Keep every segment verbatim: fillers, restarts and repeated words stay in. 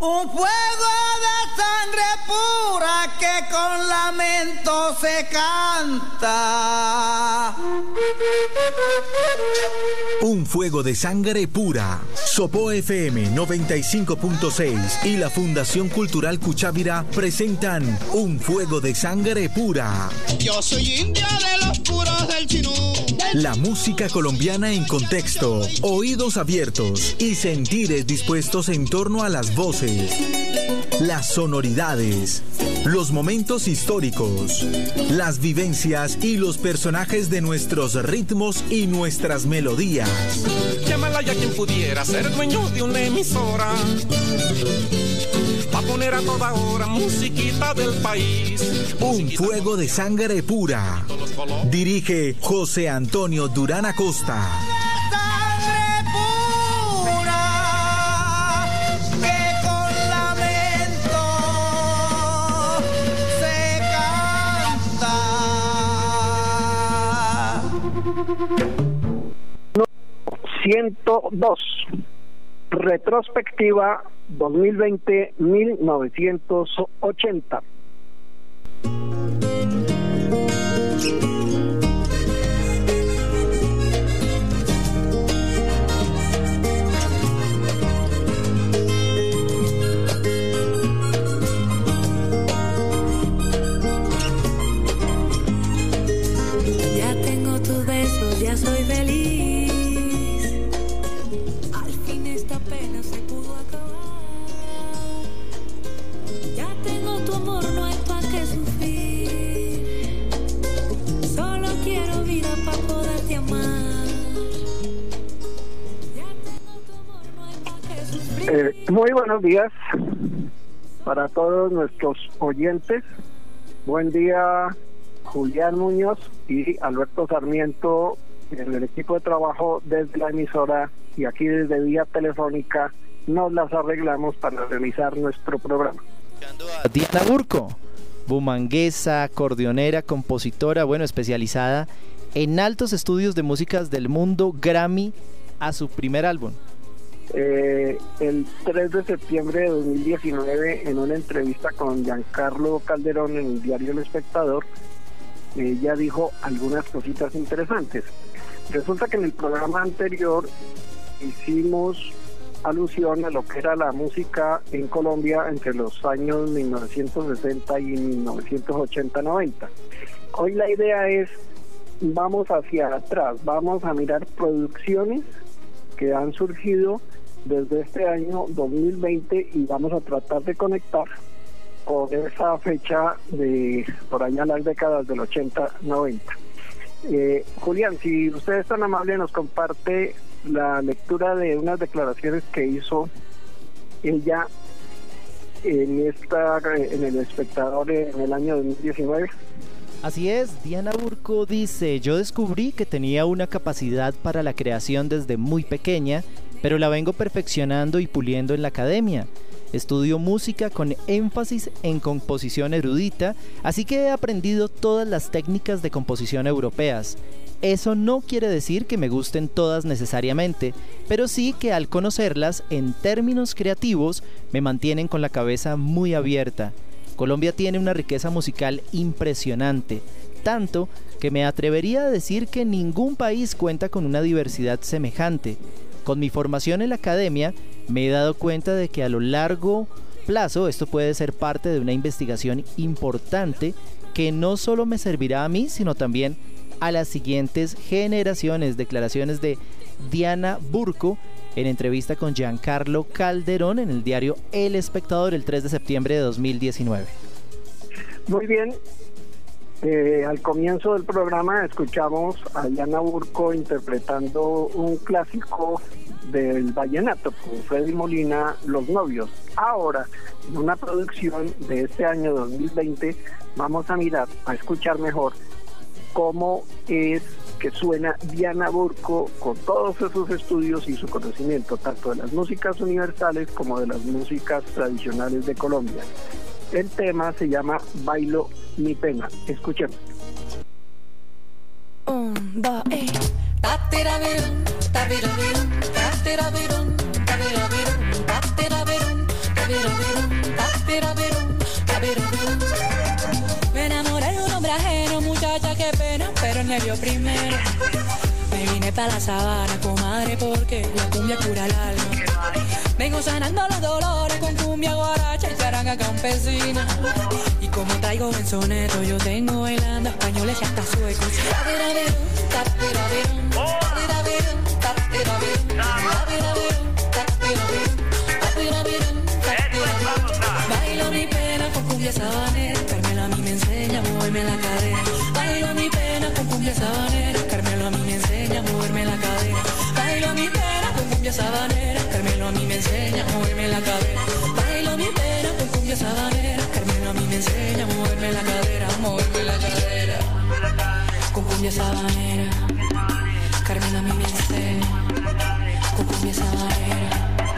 Un fuego de sangre pura que con lamento se canta. Un fuego de sangre pura. Sopó F M noventa y cinco punto seis y la Fundación Cultural Cuchávira presentan Un fuego de sangre pura. Yo soy india de los puros del Chinú. La música colombiana en contexto, oídos abiertos y sentires dispuestos en torno a las voces, las sonoridades, los momentos históricos, las vivencias y los personajes de nuestros ritmos y nuestras melodías. Llámala ya quien pudiera ser dueño de una emisora, pa' poner a toda hora musiquita del país. Un fuego de sangre pura. Dirige José Antonio Durán Acosta. Sangre pura que con lamento se canta. ciento dos. Retrospectiva dos mil veinte a mil novecientos ochenta. Ya tengo tus besos, ya soy feliz. Al fin esta pena se pudo acabar. Ya tengo tu amor, no hay pa' qué sufrir. Solo quiero vida pa' poderte amar. Ya tengo tu amor, no hay pa' qué sufrir. Eh, muy buenos días para todos nuestros oyentes. Buen día, Julián Muñoz y Alberto Sarmiento, en el equipo de trabajo desde la emisora y aquí desde vía telefónica nos las arreglamos para realizar nuestro programa. Diana Burco, bumanguesa, acordeonera, compositora, bueno, especializada en altos estudios de músicas del mundo, Grammy a su primer álbum. Eh, el tres de septiembre de dos mil diecinueve, en una entrevista con Giancarlo Calderón en el diario El Espectador, ella dijo algunas cositas interesantes. Resulta que en el programa anterior hicimos alusión a lo que era la música en Colombia entre los años mil novecientos sesenta y mil novecientos ochenta noventa. Hoy la idea es, vamos hacia atrás, vamos a mirar producciones que han surgido desde este año dos mil veinte y vamos a tratar de conectar con esa fecha de por allá las décadas del ochenta noventa. Eh, Julián, si usted es tan amable, nos comparte la lectura de unas declaraciones que hizo ella en esta en El Espectador en el año dos mil diecinueve. Así es, Diana Burco dice: yo descubrí que tenía una capacidad para la creación desde muy pequeña, pero la vengo perfeccionando y puliendo en la academia. Estudio música con énfasis en composición erudita, así que he aprendido todas las técnicas de composición europeas. Eso no quiere decir que me gusten todas necesariamente, pero sí que al conocerlas en términos creativos me mantienen con la cabeza muy abierta. Colombia tiene una riqueza musical impresionante, tanto que me atrevería a decir que ningún país cuenta con una diversidad semejante. Con mi formación en la academia, me he dado cuenta de que a lo largo plazo esto puede ser parte de una investigación importante que no solo me servirá a mí, sino también a las siguientes generaciones. Declaraciones de Diana Burco en entrevista con Giancarlo Calderón en el diario El Espectador el tres de septiembre de dos mil diecinueve. Muy bien. Eh, al comienzo del programa escuchamos a Diana Burco interpretando un clásico del vallenato con Freddy Molina, Los Novios. Ahora, en una producción de este año dos mil veinte, vamos a mirar, a escuchar mejor cómo es que suena Diana Burco con todos esos estudios y su conocimiento tanto de las músicas universales como de las músicas tradicionales de Colombia. El tema se llama Bailo mi pena. Escuchemos. Un, dos, eh. Tatiravirun, tavirun, tatiravirun, tavirun, tatiravirun, tavirun, Me enamoré de un hombre ajeno, muchacha, qué pena, pero él me vio primero. Me vine para la sabana, comadre, porque la cumbia cura el alma. Vengo sanando los dolores con cumbia, guaracha y charanga campesina. Y como traigo buen soneto, yo tengo bailando españoles y hasta suecos. Bailo mi pena con cumbia sabanera, Carmelo a mí me enseña a moverme la cadera. Bailo mi pena con cumbia sabanera, Carmelo a mí me enseña a moverme la cadera. Bailo mi pena con cumbia sabanera, Carmelo a mí me enseña a moverme la cadera. Bailo mi pena con cumbia sabanera, Carmelo a mí me enseña a moverme la cadera, a moverme la cadera. Con cumbia sabanera, Carmelo a mí me enseña, con cumbia sabanera.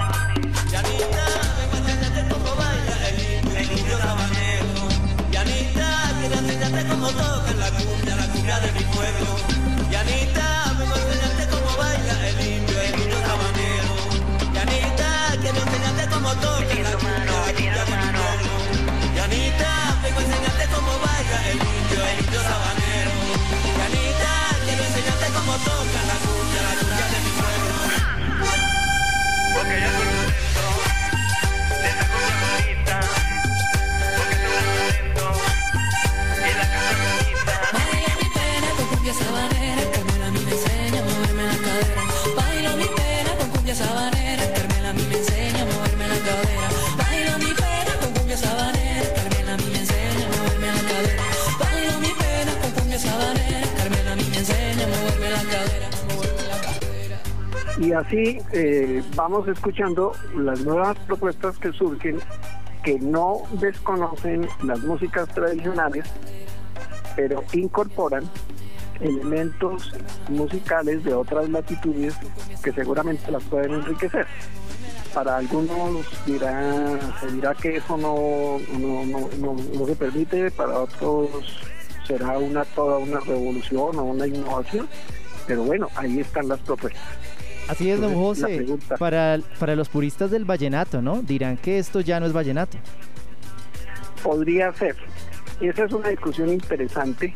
Yanita, vengo a enseñarte cómo baila el indio, el indio sabanero. Yanita, quiero enseñarte cómo toca la cumbia, la cumbia de mi pueblo. Yanita, vengo a enseñarte cómo baila el indio, el indio sabanero. Yanita, quiero enseñarte cómo toca la cumbia, la cumbia de mi pueblo. Yanita, vengo a enseñarte cómo baila el indio, el indio sabanero. Yanita, quiero enseñarte cómo toca la cumbia, la cumbia de mi pueblo. Porque yo soy contento de esa cumbia bonita, porque tú eres contento y la casa bonita. Bailo mi pena con cumbia sabanera, Carmelo a mí me enseña a moverme la cadera. Bailo mi pena con cumbia sabanera, Carmelo a mí me enseña a moverme la cadera. Bailo mi pena con cumbia sabanera, Carmelo a mí me enseña a moverme la cadera. Bailo mi pena con cumbia sabanera, Carmelo a mí me enseña a moverme la cadera, a moverme la cadera. Y así eh, vamos escuchando las nuevas propuestas que surgen, que no desconocen las músicas tradicionales, pero incorporan elementos musicales de otras latitudes que seguramente las pueden enriquecer. Para algunos dirá, se dirá que eso no, no, no, no, no se permite, para otros será una toda una revolución o una innovación, pero bueno, ahí están las propuestas. Así es, don Entonces, la José, pregunta. para, para los puristas del vallenato, ¿no? Dirán que esto ya no es vallenato. Podría ser. Esa es una discusión interesante,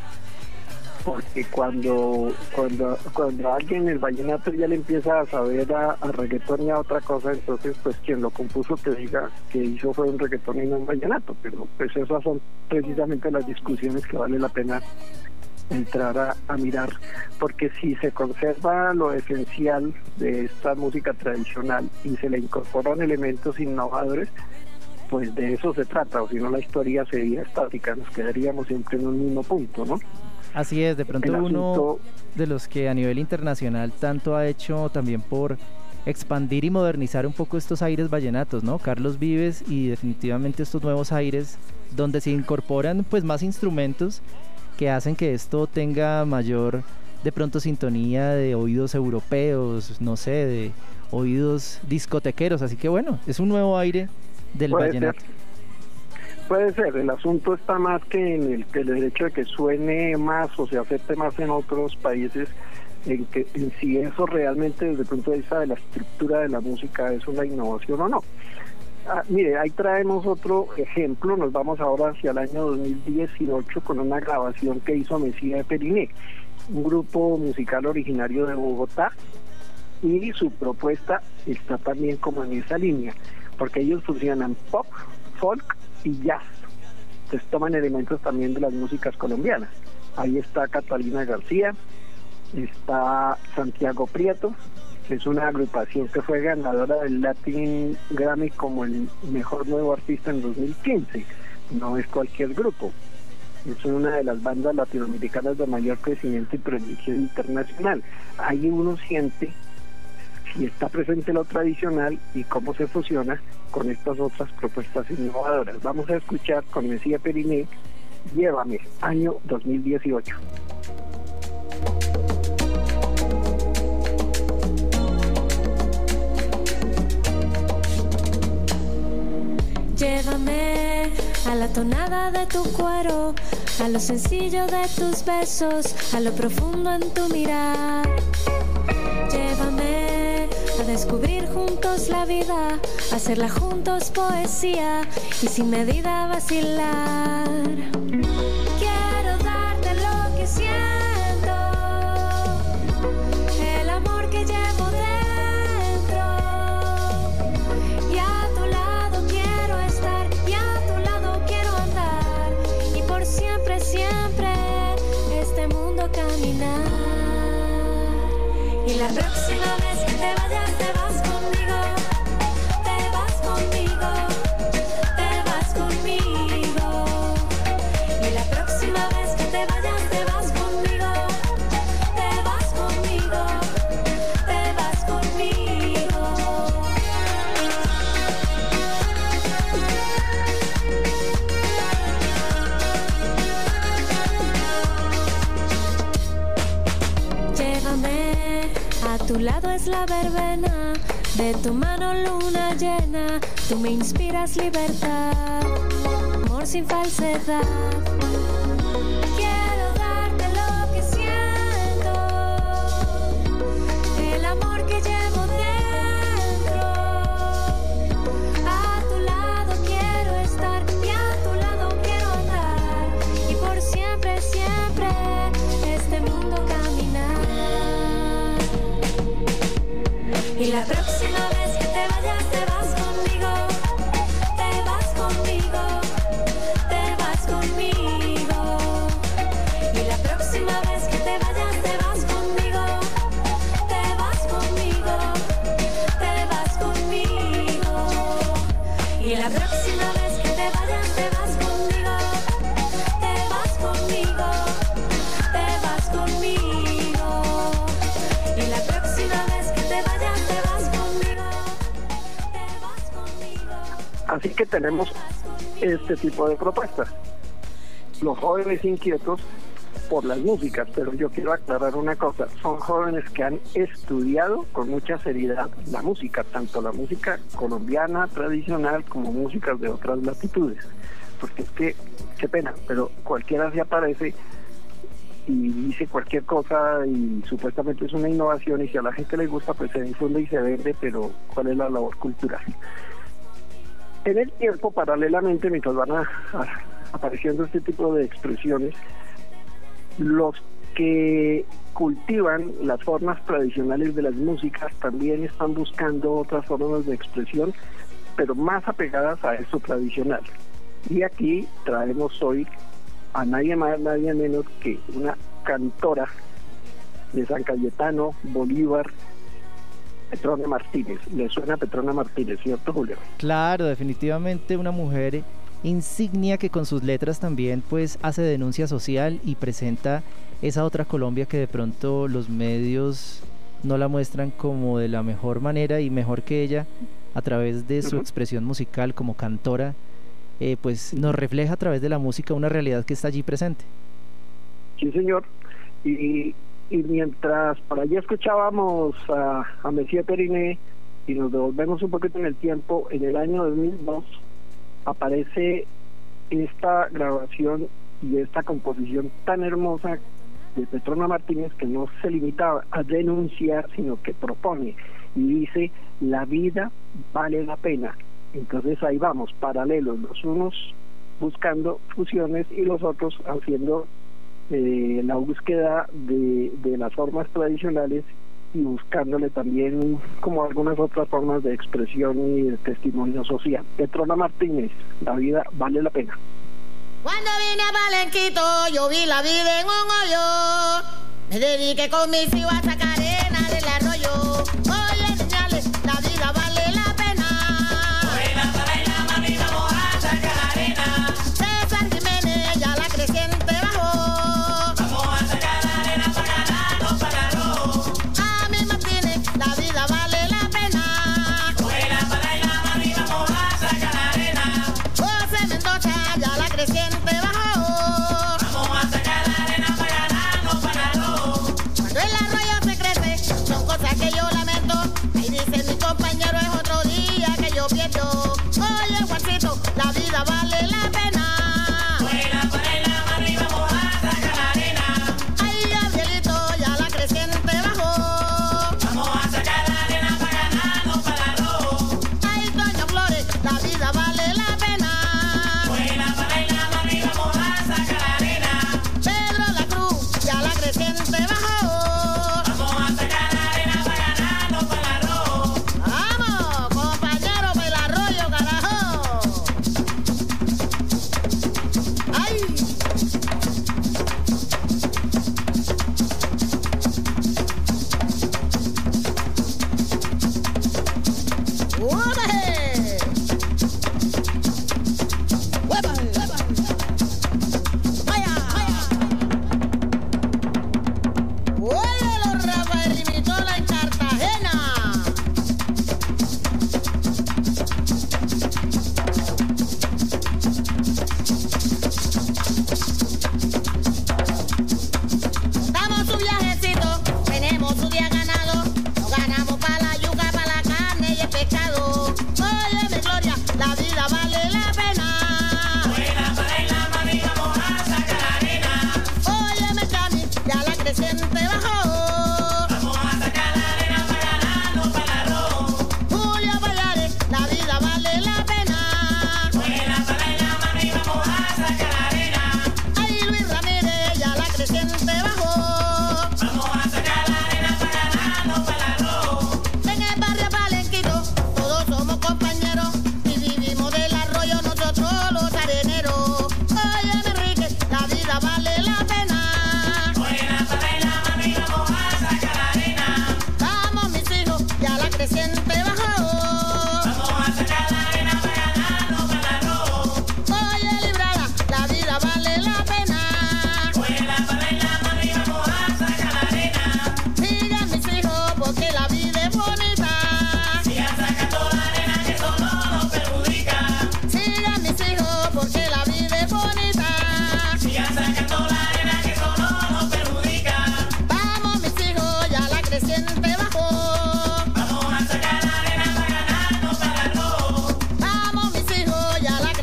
porque cuando cuando cuando alguien en el vallenato ya le empieza a saber a, a reggaetón y a otra cosa, entonces pues quien lo compuso que diga que hizo fue un reggaetón y no un vallenato, pero pues esas son precisamente las discusiones que vale la pena entrar a, a mirar, porque si se conserva lo esencial de esta música tradicional y se le incorporan elementos innovadores, pues de eso se trata, o si no la historia sería estática, nos quedaríamos siempre en un mismo punto, ¿no? Así es, de pronto El uno asunto- de los que a nivel internacional tanto ha hecho también por expandir y modernizar un poco estos aires vallenatos, ¿no? Carlos Vives, y definitivamente estos nuevos aires donde se incorporan pues más instrumentos que hacen que esto tenga mayor de pronto sintonía de oídos europeos, no sé, de oídos discotequeros, así que bueno, es un nuevo aire del Puede vallenato. ser. Puede ser, el asunto está más que en el, que el hecho de que suene más o se acepte más en otros países, en que en si eso realmente desde el punto de vista de la estructura de la música es una innovación o no. Ah, mire, ahí traemos otro ejemplo, nos vamos ahora hacia el año dos mil dieciocho con una grabación que hizo Mesía de Periné, un grupo musical originario de Bogotá, y su propuesta está también como en esa línea, porque ellos fusionan pop, folk y jazz. Entonces toman elementos también de las músicas colombianas. Ahí está Catalina García, está Santiago Prieto, que es una agrupación que fue ganadora del Latin Grammy como el mejor nuevo artista en dos mil quince. No es cualquier grupo, es una de las bandas latinoamericanas de mayor crecimiento y proyección internacional. Ahí uno siente si está presente lo tradicional y cómo se fusiona con estas otras propuestas innovadoras. Vamos a escuchar con Mesía Periné, Llévame, año dos mil dieciocho. Llévame a la tonada de tu cuero, a lo sencillo de tus besos, a lo profundo en tu mirar. Llévame a descubrir juntos la vida, hacerla juntos poesía y sin medida vacilar. Quiero darte lo que siento, el amor que llevo dentro, y a tu lado quiero estar, y a tu lado quiero andar, y por siempre, siempre este mundo caminar. Y la próxima vez que te vayas, te vas conmigo, te vas conmigo, te vas conmigo. Y la próxima vez que te vayas, te vas conmigo, te vas conmigo, te vas conmigo. Llévame, a tu lado es la verbena, de tu mano luna llena, tú me inspiras libertad, amor sin falsedad. Quiero darte lo que siento, el amor que llevo dentro, a tu lado quiero estar, y a tu lado quiero andar, y por siempre, siempre este mundo caminar. Y la próxima vez que te vayas, te vas conmigo, te vas conmigo, te vas conmigo. Y la próxima vez que te vayas, te vas conmigo, te vas conmigo, te vas conmigo. Y la próxima vez que te vayas, te vas conmigo, te vas conmigo, te vas conmigo. Y la próxima vez que te vayas, te vas conmigo, te vas conmigo. Así que tenemos este tipo de propuestas. Los jóvenes inquietos por las músicas, pero yo quiero aclarar una cosa, son jóvenes que han estudiado con mucha seriedad la música, tanto la música colombiana tradicional como músicas de otras latitudes, porque es que, qué pena, pero cualquiera se aparece y dice cualquier cosa y supuestamente es una innovación, y si a la gente le gusta pues se difunde y se vende, pero ¿cuál es la labor cultural? En el tiempo, paralelamente, mientras van a, a, apareciendo este tipo de expresiones, los que cultivan las formas tradicionales de las músicas también están buscando otras formas de expresión, pero más apegadas a eso tradicional. Y aquí traemos hoy a nadie más, nadie menos que una cantora de San Cayetano, Bolívar, Petrona Martínez. ¿Le suena a Petrona Martínez, cierto, Julio? Claro, definitivamente una mujer insignia que con sus letras también pues hace denuncia social y presenta esa otra Colombia que de pronto los medios no la muestran como de la mejor manera, y mejor que ella a través de su expresión musical como cantora, eh, pues nos refleja a través de la música una realidad que está allí presente. Sí, señor. Y, y mientras por allí escuchábamos a, a Messier Periné y nos devolvemos un poquito en el tiempo, en el año dos mil dos aparece esta grabación y esta composición tan hermosa de Petrona Martínez, que no se limita a denunciar, sino que propone y dice: la vida vale la pena. Entonces ahí vamos, paralelos, los unos buscando fusiones y los otros haciendo eh, la búsqueda de, de las formas tradicionales y buscándole también como algunas otras formas de expresión y de testimonio social. Petrona Martínez, la vida vale la pena. Cuando vine a Palenquito, yo vi la vida en un hoyo. Me dediqué con mis hijos a sacar arena del arroyo. Oye, señales, la vida vale la pena. Buena para mami, vamos a sacar arena. De San Jiménez ya la creciente bajó. Vamos a sacar arena para ganarnos para arroz. A mi Martínez, la vida vale la pena. Buena para mami, vamos a sacar arena. José Mendoza ya la creciente bajó. Vamos a sacar arena para ganarnos para arroz. Cuando el arroyo se crece, son cosas que yo lamento.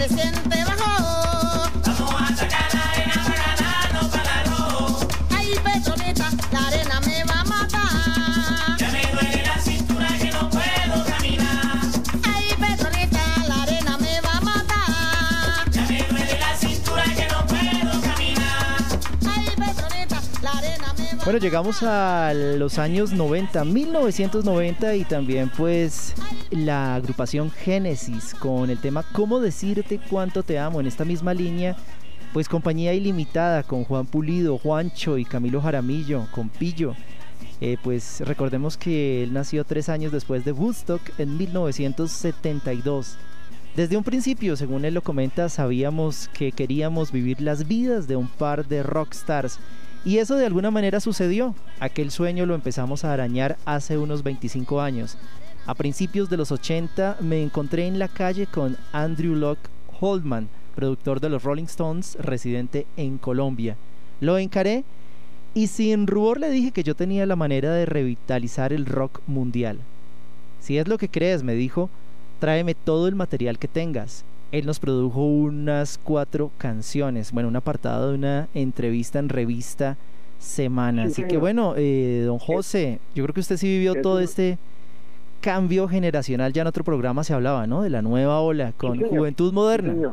se siente bajo. Vamos a sacar la arena para ganarnos para el rojo. Ay, Petronita, la arena me va a matar. Ya me duele la cintura que no puedo caminar. Ay, Petronita, la arena me va a matar. Ya me duele la cintura que no puedo caminar. Ay, Petronita, la arena me va a Bueno, llegamos a los años noventa, mil novecientos noventa, y también pues la agrupación Génesis con el tema ¿Cómo decirte cuánto te amo? En esta misma línea, pues Compañía Ilimitada con Juan Pulido, Juancho y Camilo Jaramillo, con Pillo. Eh, pues recordemos que él nació tres años después de Woodstock en mil novecientos setenta y dos. Desde un principio, según él lo comenta, sabíamos que queríamos vivir las vidas de un par de rockstars. Y eso de alguna manera sucedió. Aquel sueño lo empezamos a arañar hace unos veinticinco años. A principios de los ochenta me encontré en la calle con Andrew Locke Holdman, productor de los Rolling Stones, residente en Colombia. Lo encaré y sin rubor le dije que yo tenía la manera de revitalizar el rock mundial. Si es lo que crees, me dijo, tráeme todo el material que tengas. Él nos produjo unas cuatro canciones, bueno, un apartado de una entrevista en revista Semana. Sí, Así señor. que bueno, eh, don José, yo creo que usted sí vivió Eso- todo este cambio generacional. Ya en otro programa se hablaba, ¿no? De la nueva ola con Sí, señor. Juventud Sí, Moderna. señor.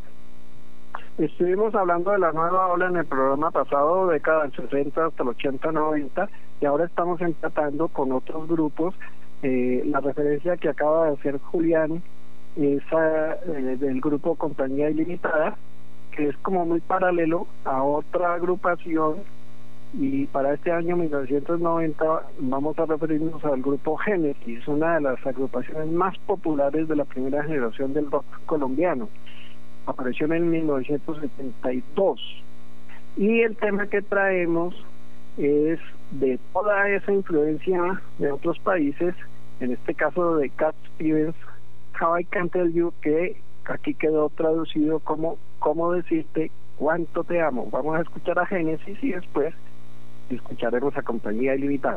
Estuvimos hablando de la nueva ola en el programa pasado, década del sesenta hasta el ochenta noventa, y ahora estamos empatando con otros grupos. Eh, la referencia que acaba de hacer Julián es a, eh, del grupo Compañía Ilimitada, que es como muy paralelo a otra agrupación, y para este año mil novecientos noventa vamos a referirnos al grupo Génesis, una de las agrupaciones más populares de la primera generación del rock colombiano. Apareció en mil novecientos setenta y dos, y el tema que traemos es de toda esa influencia de otros países, en este caso de Cat Stevens, How I Can Tell You, que aquí quedó traducido como cómo decirte cuánto te amo. Vamos a escuchar a Génesis y después escucharemos a Compañía Ilimitada.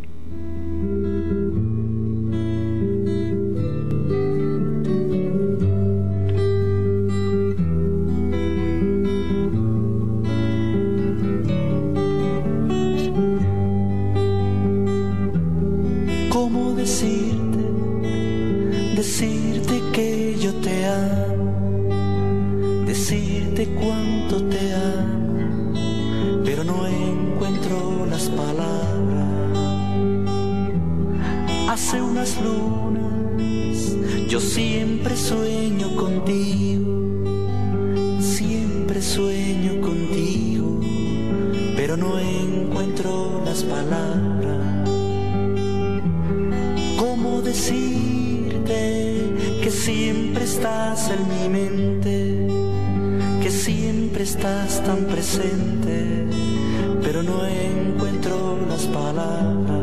¿Cómo decirte, decirte que yo te amo, decirte cuánto te amo, pero no encuentro las palabras? Hace unas lunas yo siempre sueño contigo, siempre sueño contigo, pero no encuentro las palabras. ¿Cómo decirte que siempre estás en mi mente, que siempre estás tan presente, pero no encuentro las palabras?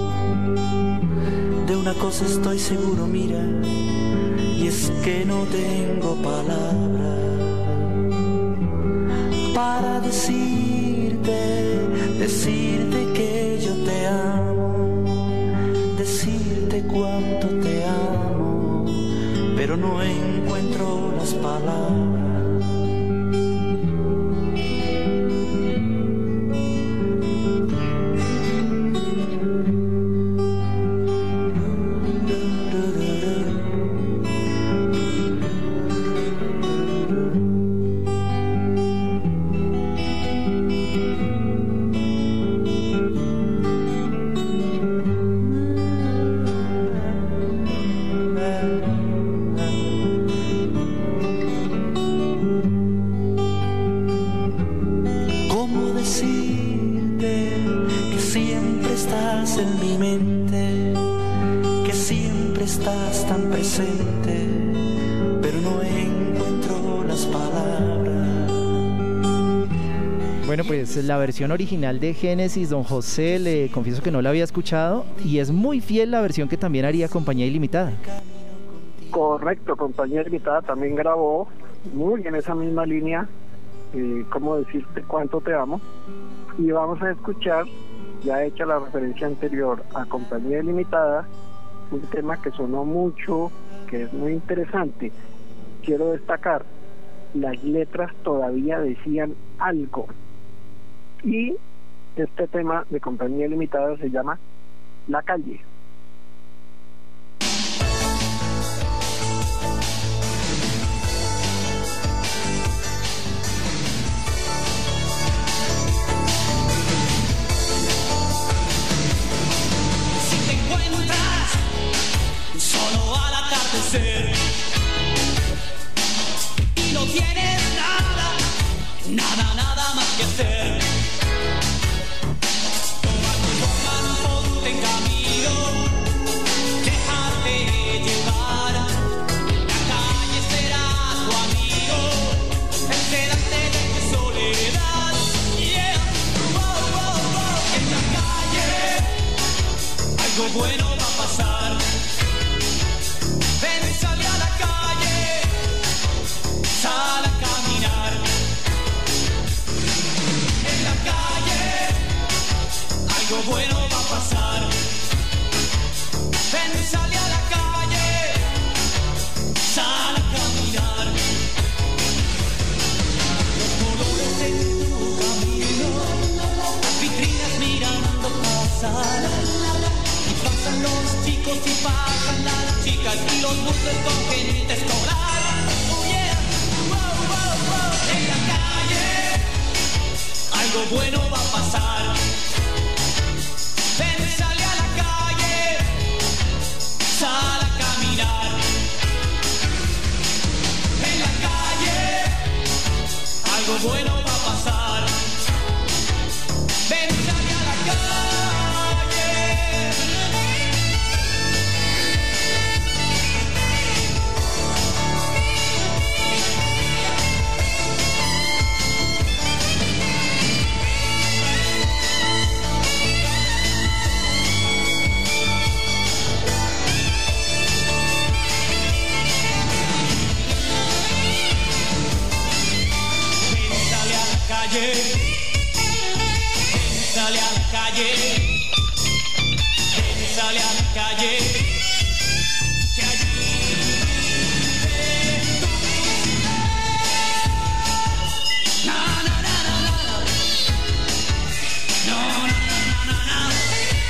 De una cosa estoy seguro, mira, y es que no tengo palabras para decirte, decirte que yo te amo, decirte cuánto te amo, pero no encuentro las palabras. ¿Cómo decirte que siempre estás en mi mente, que siempre estás tan presente, pero no encuentro las palabras? Bueno, pues la versión original de Génesis, don José, le confieso que no la había escuchado, y es muy fiel la versión que también haría Compañía Ilimitada. Correcto, Compañía Ilimitada también grabó muy en esa misma línea, eh, cómo decirte cuánto te amo, y vamos a escuchar, ya hecha la referencia anterior a Compañía Ilimitada, un tema que sonó mucho, que es muy interesante. Quiero destacar las letras todavía decían algo. Y este tema de Compañía Limitada se llama La Calle. Solo al atardecer y no tienes nada, nada, nada más que hacer. Toma tu forma, ponte en camino, déjate llevar. La calle será tu amigo, espérate de tu soledad. Yeah, oh, oh, oh. En la calle algo bueno va a pasar. Ven y sale a la calle, sal a caminar. En la calle algo bueno va a pasar. Ven y sale a la calle, sal a caminar. Los colores en tu camino, las vitrinas mirando pasar. Y pasan los chicos y pasan las chicas y los buses con gente escolar. Oh yeah, wow, wow, wow. En la calle algo bueno va a pasar. Ven, sale a la calle, sal a caminar. En la calle algo bueno va a pasar. Ven, sale a la calle. Calle, sale a la calle, sale a la calle, que allí vive tu felicidad. Na, na, na, na, na, no, na, na, na, na, na.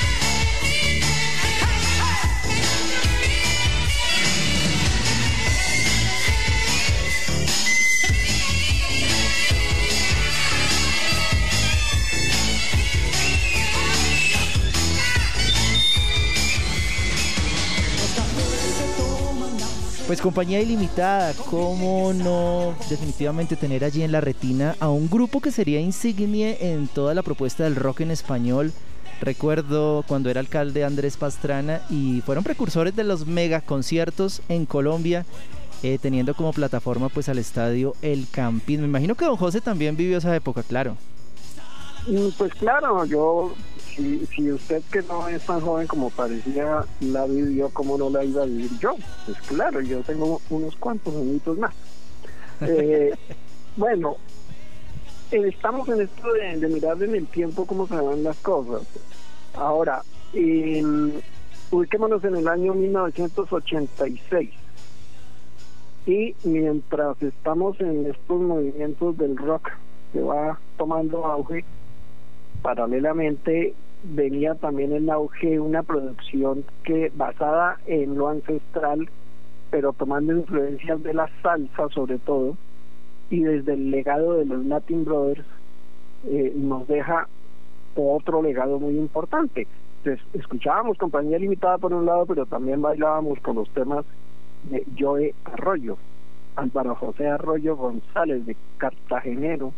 Pues Compañía Ilimitada, ¿cómo no definitivamente tener allí en la retina a un grupo que sería insignia en toda la propuesta del rock en español? Recuerdo cuando era alcalde Andrés Pastrana y fueron precursores de los mega conciertos en Colombia, eh, teniendo como plataforma pues al estadio El Campín. Me imagino que don José también vivió esa época, claro. Pues claro, yo... Si, si usted que no es tan joven como parecía la vivió, ¿cómo no la iba a vivir yo? Pues claro, yo tengo unos cuantos añitos más. Eh, bueno, eh, estamos en esto de, de mirar en el tiempo cómo se van las cosas. Ahora, eh, ubiquémonos en el año mil novecientos ochenta y seis. Y mientras estamos en estos movimientos del rock que va tomando auge, paralelamente venía también en auge una producción que basada en lo ancestral, pero tomando influencias de la salsa sobre todo, y desde el legado de los Latin Brothers eh, nos deja otro legado muy importante. Entonces, escuchábamos Compañía Limitada por un lado, pero también bailábamos con los temas de Joe Arroyo, Álvaro José Arroyo González, de cartagenero,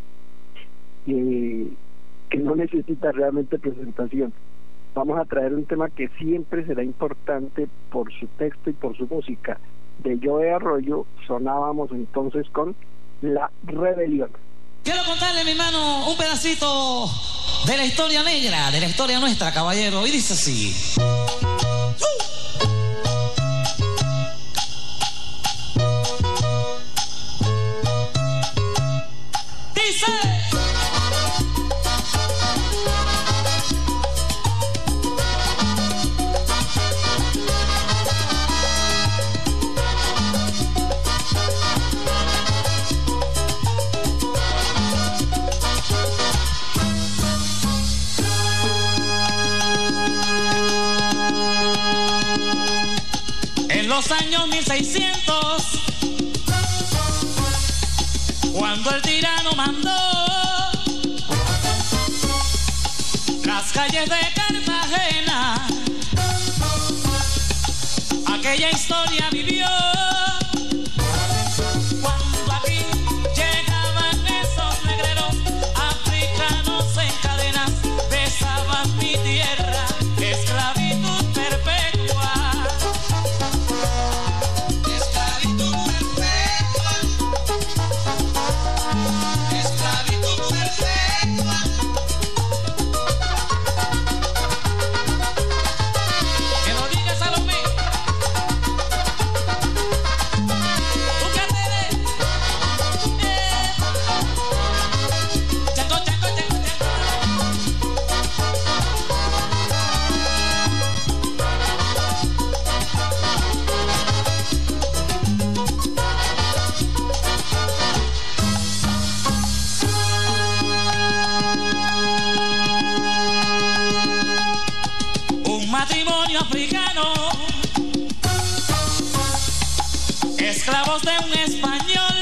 eh, que no necesita realmente presentación. Vamos a traer un tema que siempre será importante por su texto y por su música. De Joe Arroyo sonábamos entonces con La Rebelión. Quiero contarle, mi hermano, un pedacito de la historia negra, de la historia nuestra, caballero, y dice así. Dice... los años mil seiscientos, cuando el tirano mandó las calles de Cartagena, aquella historia vivió. Cuando aquí llegaban esos negreros africanos en cadenas, besaban mi tierra, esclavitud perpetua. Esclavitud perpetua. Esclavitud perpetua. Que lo diga Salomé. ¿Tú qué tienes? Eh. Chango, chango, chango, chango. Un matrimonio africano, esclavos de un español,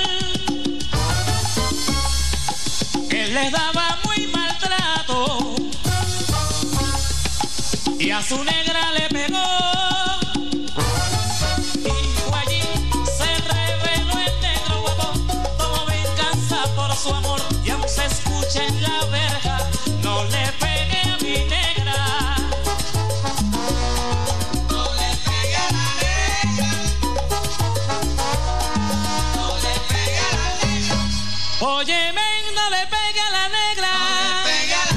él les daba muy maltrato y a su negra le pegó. Y fue allí, se reveló el negro guapo, tomó venganza por su amor y aún se escucha en la verja: no le pegue a mi negra. No le pegue a la negra. No le pegue a la negra. Oye, men, no le pegue a la negra. No le pegue a la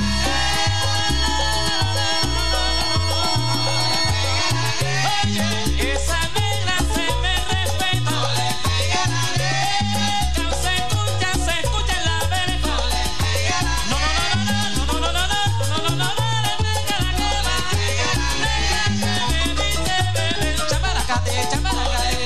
Oye, esa negra se me respeta. No le pegue a la negra. Que se escucha, se escucha en la verja. No le pegue a la negra. No, no, no, no, no, no, no, no, no, no, no le pegue a la negra. Negra que me dice, bebé, chamaracate, chamaracate.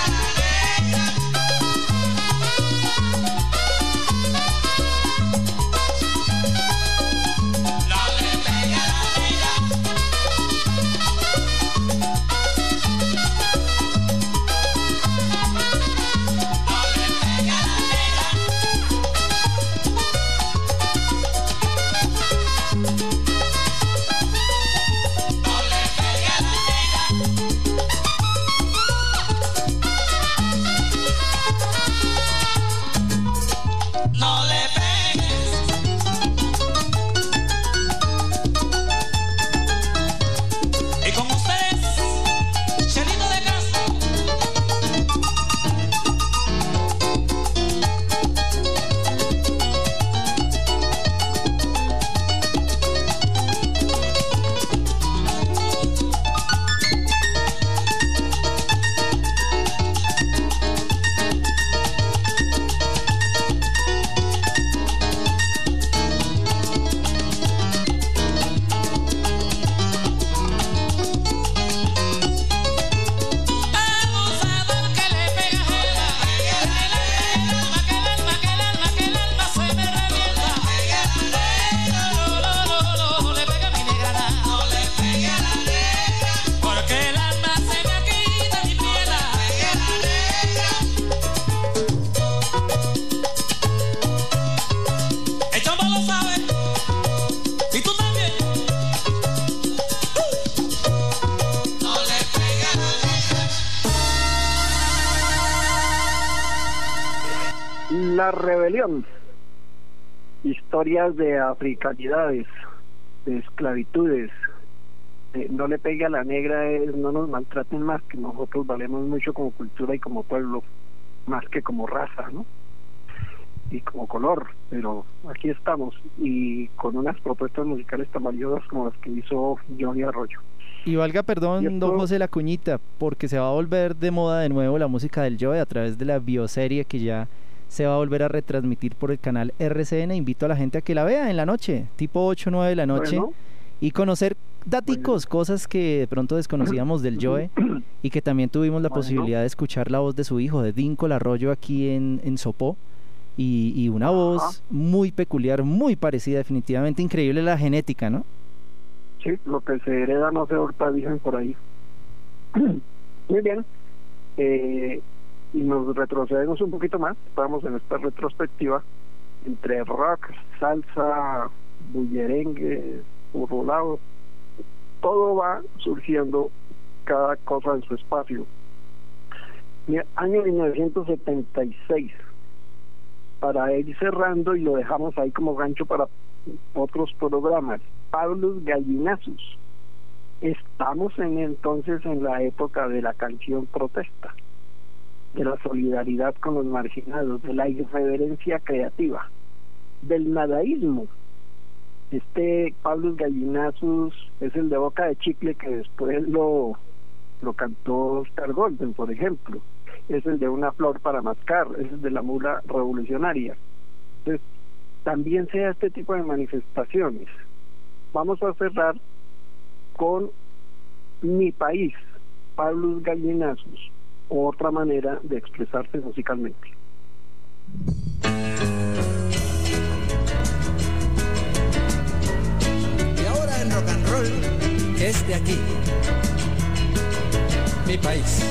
No le pegues. Y con ustedes, Chelito de Castro. Abusador que le pega ajena. Ma que el alma, que el alma, que el alma se me revienta. No, no, no, no, no le pega a mi negra. No le pegue a la negra. Porque el alma se me quita mi prieta. El chombo lo sabe. Y tú también. No le pegue a la La rebelión. Historias de africanidades, de esclavitudes. Eh, no le pegue a la negra es no nos maltraten más, que nosotros valemos mucho como cultura y como pueblo, más que como raza, ¿no? Y como color, pero aquí estamos y con unas propuestas musicales tan valiosas como las que hizo Johnny Arroyo. Y valga perdón, Y esto- don José La Cuñita, porque se va a volver de moda de nuevo la música del Joe a través de la bioserie que ya se va a volver a retransmitir por el canal R C N. Invito a la gente a que la vea en la noche, tipo ocho o nueve de la noche, Bueno. y conocer daticos, cosas que de pronto desconocíamos del Joe y que también tuvimos la Bueno. posibilidad de escuchar la voz de su hijo, de Dinko Larroyo, aquí en, en Sopó. Y, y una voz muy peculiar, muy parecida, definitivamente increíble la genética, ¿no? Sí, lo que se hereda no se hurta, dicen por ahí. Muy bien. Eh, y nos retrocedemos un poquito más, estamos en esta retrospectiva entre rock, salsa, bullerengue, burrolado, todo va surgiendo cada cosa en su espacio. Mira, año mil novecientos setenta y seis, para ir cerrando y lo dejamos ahí como gancho para otros programas, Pablos Gallinazos. Estamos en entonces en la época de la canción protesta, de la solidaridad con los marginados, de la irreverencia creativa, del nadaísmo. Este Pablos Gallinazos es el de Boca de Chicle, que después lo, lo cantó Oscar Golden, por ejemplo. Es el de Una flor para mascar, es el de La mula revolucionaria. Entonces, también sea este tipo de manifestaciones. Vamos a cerrar con Mi País, Pablos Gallinazos, otra manera de expresarse musicalmente. Y ahora en rock and roll, que es de aquí, Mi País.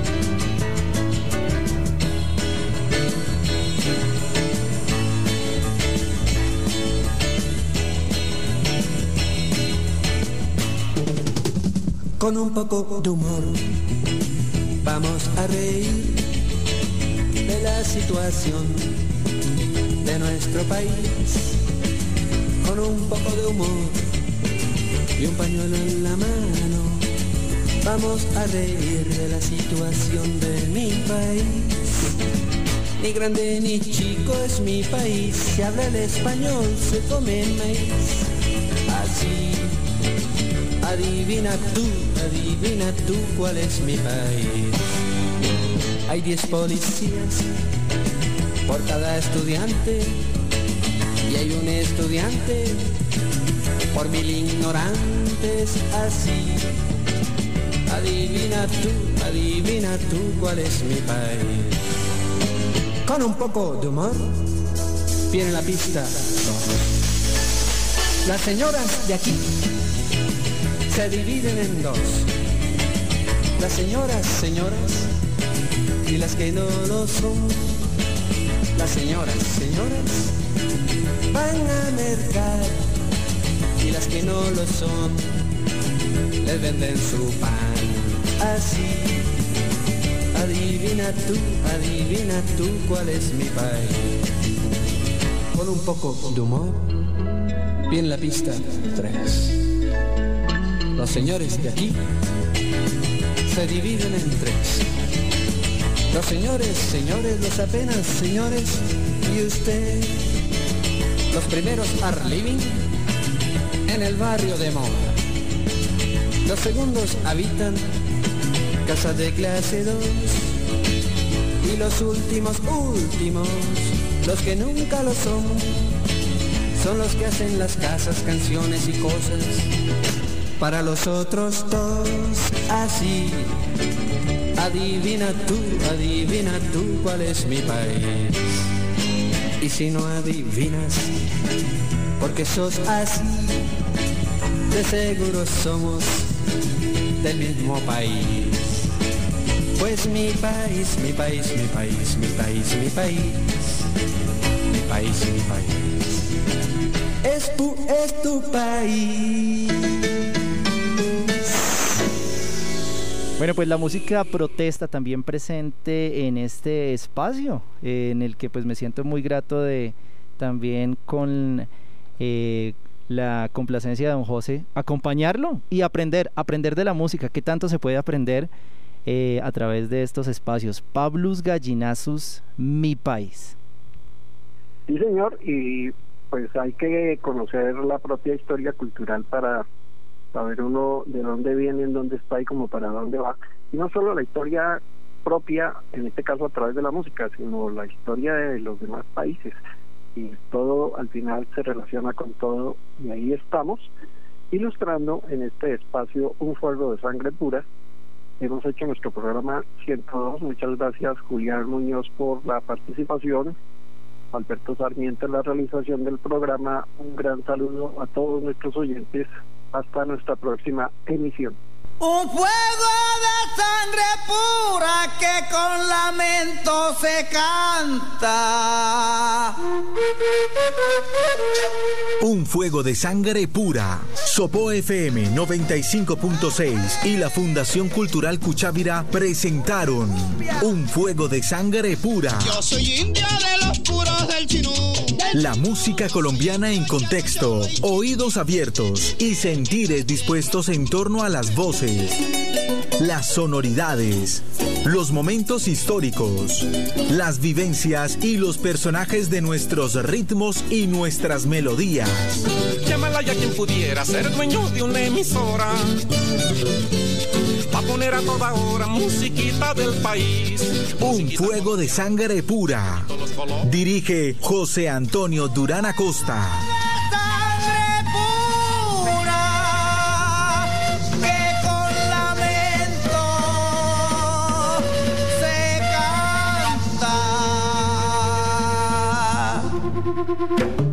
Con un poco de humor vamos a reír de la situación de nuestro país. Con un poco de humor y un pañuelo en la mano vamos a reír de la situación de mi país. Ni grande ni chico es mi país, se habla el español, se come maíz. Así, adivina tú, adivina tú cuál es mi país. Hay diez policías por cada estudiante y hay un estudiante por mil ignorantes. Así, adivina tú, adivina tú cuál es mi país. Con un poco de humor viene la pista. Las señoras de aquí se dividen en dos: las señoras, señoras, y las que no lo son. Las señoras, señoras, van a mercar, y las que no lo son, les venden su pan. Así, adivina tú, adivina tú cuál es mi país. Con un poco de humor, viene la pista tres. Los señores de aquí se dividen en tres: los señores, señores, los apenas señores, y usted. Los primeros are living en el barrio de moda. Los segundos habitan casas de clase dos. Y los últimos, últimos, los que nunca lo son, son los que hacen las casas, canciones y cosas para los otros dos. Así, adivina tú, adivina tú cuál es mi país. Y si no adivinas, porque sos así, de seguro somos del mismo país. Pues mi país, mi país, mi país, mi país, mi país, mi país, mi país, es tu, es tu país. Bueno, pues la música protesta también presente en este espacio, eh, en el que pues me siento muy grato de también con eh, la complacencia de don José acompañarlo y aprender, aprender de la música, que tanto se puede aprender eh, a través de estos espacios. Pablos Gallinazos, Mi País. Sí, señor, y pues hay que conocer la propia historia cultural para saber uno de dónde viene, en dónde está y como para dónde va. Y no solo la historia propia, en este caso a través de la música, sino la historia de los demás países. Y todo al final se relaciona con todo, y ahí estamos ilustrando en este espacio Un fuego de sangre pura. Hemos hecho nuestro programa ciento dos. Muchas gracias, Julián Muñoz, por la participación, Alberto Sarmiento en la realización del programa. Un gran saludo a todos nuestros oyentes. Hasta nuestra próxima emisión. Un fuego de sangre pura que con lamento se canta. Un fuego de sangre pura. Sopo F M noventa y cinco punto seis y la Fundación Cultural Cuchávira presentaron Un fuego de sangre pura. Yo soy india de los puros del Chinú. La música colombiana en contexto, oídos abiertos y sentires dispuestos en torno a las voces, las sonoridades, los momentos históricos, las vivencias y los personajes de nuestros ritmos y nuestras melodías. Llámala ya quien pudiera ser dueño de una emisora. Va a poner a toda hora musiquita del país. Un fuego de sangre pura. Dirige José Antonio Durán Acosta. Sangre pura que con lamento se canta.